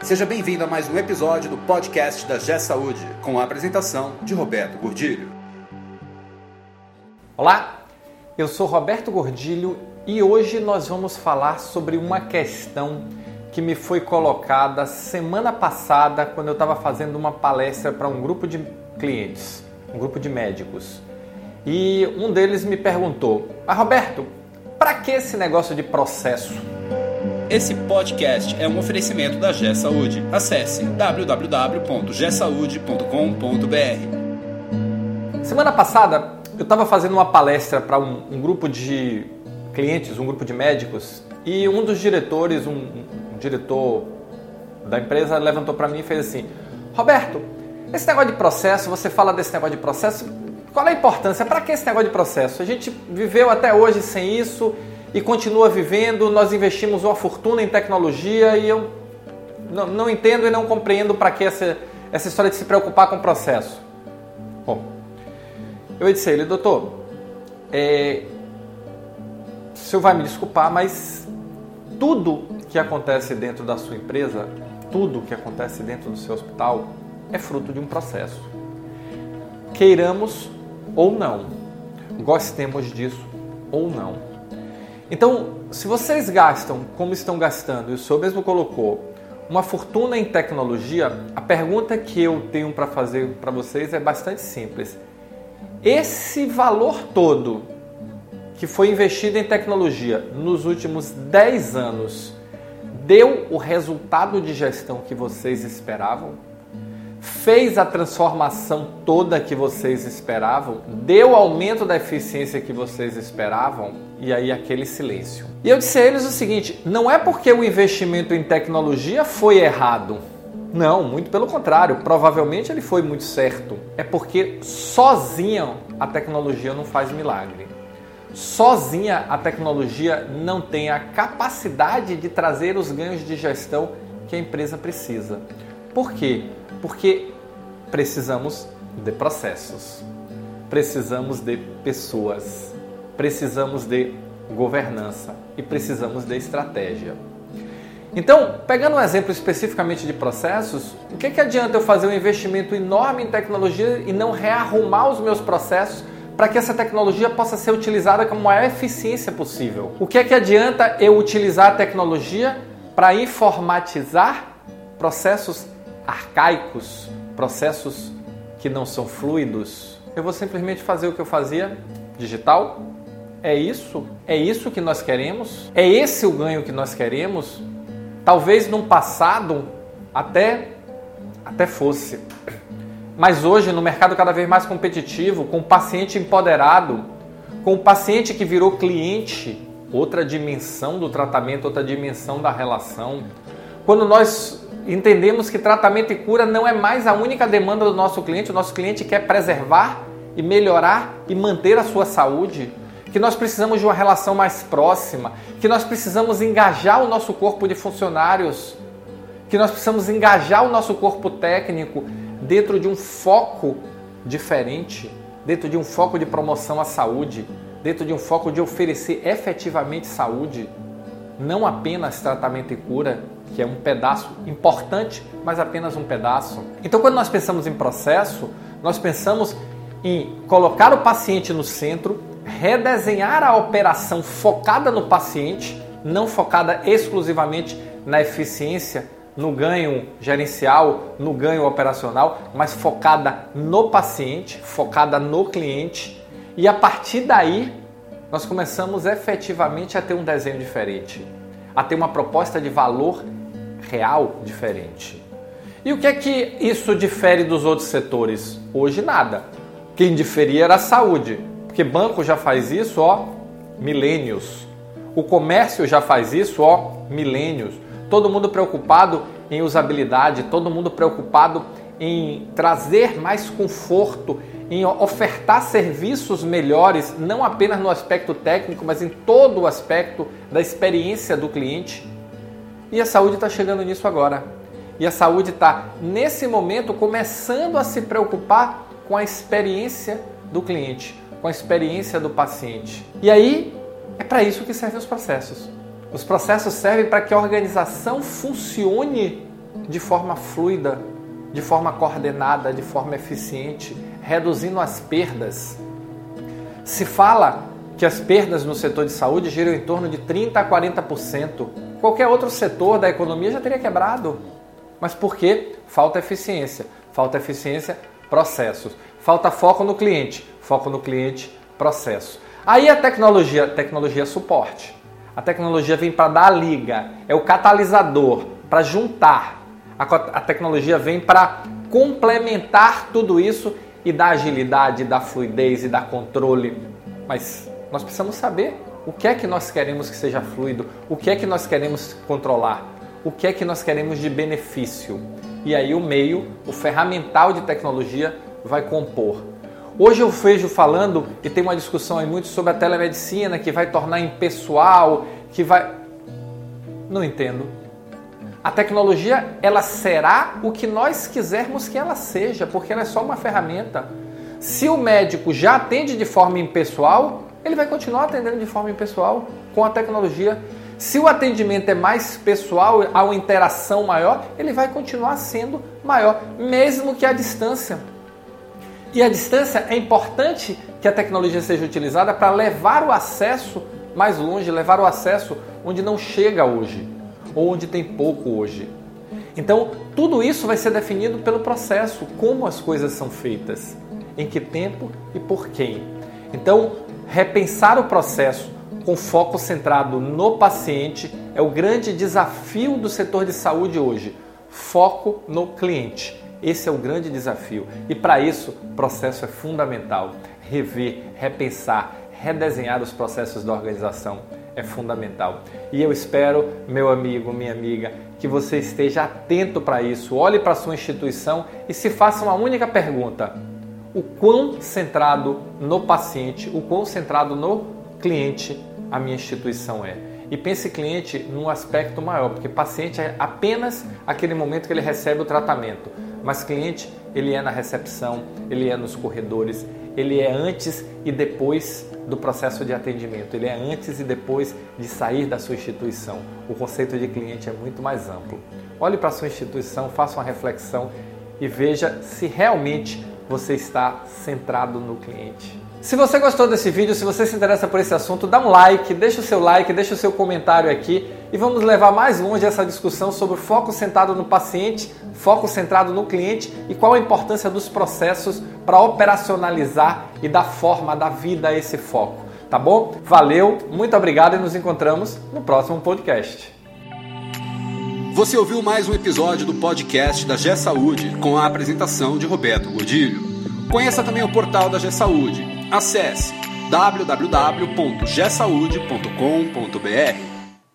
Seja bem-vindo a mais um episódio do podcast da GE Saúde, com a apresentação de Roberto Gordilho. Olá, eu sou Roberto Gordilho e hoje nós vamos falar sobre uma questão que me foi colocada semana passada quando eu estava fazendo uma palestra para um grupo de clientes, um grupo de médicos. E um deles me perguntou: "Mas Roberto, para que esse negócio de processo?" Esse podcast é um oferecimento da GE Saúde. Acesse www.gesaude.com.br. Semana passada eu estava fazendo uma palestra para um grupo de clientes, um grupo de médicos, e um dos diretores, um diretor da empresa, levantou para mim e fez assim: "Roberto, esse negócio de processo, você fala desse negócio de processo, qual é a importância? Para que esse negócio de processo? A gente viveu até hoje sem isso e continua vivendo, nós investimos uma fortuna em tecnologia e eu não entendo e não compreendo para que essa história de se preocupar com o processo." Bom, eu disse a ele: "Doutor, o senhor vai me desculpar, mas tudo que acontece dentro da sua empresa, tudo que acontece dentro do seu hospital é fruto de um processo. Queiramos ou não, gostemos disso ou não. Então, se vocês gastam, como estão gastando, e o senhor mesmo colocou, uma fortuna em tecnologia, a pergunta que eu tenho para fazer para vocês é bastante simples. Esse valor todo que foi investido em tecnologia nos últimos 10 anos deu o resultado de gestão que vocês esperavam? Fez a transformação toda que vocês esperavam? Deu o aumento da eficiência que vocês esperavam?" E aí aquele silêncio. E eu disse a eles o seguinte: não é porque o investimento em tecnologia foi errado. Não, muito pelo contrário. Provavelmente ele foi muito certo. É porque sozinha a tecnologia não faz milagre. Sozinha a tecnologia não tem a capacidade de trazer os ganhos de gestão que a empresa precisa. Por quê? Porque precisamos de processos, precisamos de pessoas, precisamos de governança e precisamos de estratégia. Então, pegando um exemplo especificamente de processos, o que adianta eu fazer um investimento enorme em tecnologia e não rearrumar os meus processos para que essa tecnologia possa ser utilizada com a maior eficiência possível? O que adianta eu utilizar a tecnologia para informatizar processos arcaicos, processos que não são fluidos? Eu vou simplesmente fazer o que eu fazia, digital? É isso que nós queremos? É esse o ganho que nós queremos? Talvez num passado até fosse. Mas hoje, no mercado cada vez mais competitivo, com o paciente empoderado, com o paciente que virou cliente, outra dimensão do tratamento, outra dimensão da relação. Quando nós entendemos que tratamento e cura não é mais a única demanda do nosso cliente, o nosso cliente quer preservar e melhorar e manter a sua saúde, que nós precisamos de uma relação mais próxima, que nós precisamos engajar o nosso corpo de funcionários, que nós precisamos engajar o nosso corpo técnico dentro de um foco diferente, dentro de um foco de promoção à saúde, dentro de um foco de oferecer efetivamente saúde, não apenas tratamento e cura, que é um pedaço importante, mas apenas um pedaço. Então, quando nós pensamos em processo, nós pensamos em colocar o paciente no centro, redesenhar a operação focada no paciente, não focada exclusivamente na eficiência, no ganho gerencial, no ganho operacional, mas focada no paciente, focada no cliente. E a partir daí, nós começamos efetivamente a ter um desenho diferente, a ter uma proposta de valor real diferente. E o que é que isso difere dos outros setores? Hoje nada. Quem diferia era a saúde, porque banco já faz isso, milênios. O comércio já faz isso, milênios. Todo mundo preocupado em usabilidade, todo mundo preocupado em trazer mais conforto, em ofertar serviços melhores, não apenas no aspecto técnico, mas em todo o aspecto da experiência do cliente. E a saúde está chegando nisso agora. E a saúde está, nesse momento, começando a se preocupar com a experiência do cliente, com a experiência do paciente. E aí, é para isso que servem os processos. Os processos servem para que a organização funcione de forma fluida, de forma coordenada, de forma eficiente, reduzindo as perdas. Se fala que as perdas no setor de saúde giram em torno de 30% a 40%. Qualquer outro setor da economia já teria quebrado. Mas por quê? Falta eficiência. Falta eficiência, processos. Falta foco no cliente, processo. Aí a tecnologia é suporte. A tecnologia vem para dar a liga, é o catalisador, para juntar. A tecnologia vem para complementar tudo isso e dar agilidade, dar fluidez e dar controle. Mas nós precisamos saber o que é que nós queremos que seja fluido, o que é que nós queremos controlar, o que é que nós queremos de benefício. E aí o meio, o ferramental de tecnologia vai compor. Hoje eu vejo falando, e tem uma discussão aí muito sobre a telemedicina, que vai tornar impessoal, que vai... Não entendo. A tecnologia, ela será o que nós quisermos que ela seja, porque ela é só uma ferramenta. Se o médico já atende de forma impessoal, ele vai continuar atendendo de forma impessoal com a tecnologia. Se o atendimento é mais pessoal, há uma interação maior, ele vai continuar sendo maior, mesmo que à distância. E a distância é importante que a tecnologia seja utilizada para levar o acesso mais longe, levar o acesso onde não chega hoje, ou onde tem pouco hoje. Então, tudo isso vai ser definido pelo processo, como as coisas são feitas, em que tempo e por quem. Então, repensar o processo com foco centrado no paciente é o grande desafio do setor de saúde hoje. Foco no cliente. Esse é o grande desafio. E para isso, o processo é fundamental. Rever, repensar, redesenhar os processos da organização é fundamental. E eu espero, meu amigo, minha amiga, que você esteja atento para isso. Olhe para a sua instituição e se faça uma única pergunta. O quão centrado no paciente, o quão centrado no cliente a minha instituição é? E pense cliente num aspecto maior, porque paciente é apenas aquele momento que ele recebe o tratamento. Mas cliente, ele é na recepção, ele é nos corredores, ele é antes e depois do processo de atendimento, ele é antes e depois de sair da sua instituição. O conceito de cliente é muito mais amplo. Olhe para a sua instituição, faça uma reflexão e veja se realmente você está centrado no cliente. Se você gostou desse vídeo, se você se interessa por esse assunto, dá um like, deixa o seu like, deixa o seu comentário aqui e vamos levar mais longe essa discussão sobre o foco centrado no paciente, foco centrado no cliente e qual a importância dos processos para operacionalizar e dar forma, dar vida a esse foco. Tá bom? Valeu, muito obrigado e nos encontramos no próximo podcast. Você ouviu mais um episódio do podcast da GESaúde com a apresentação de Roberto Gordilho. Conheça também o portal da GESaúde. Acesse www.gesaude.com.br.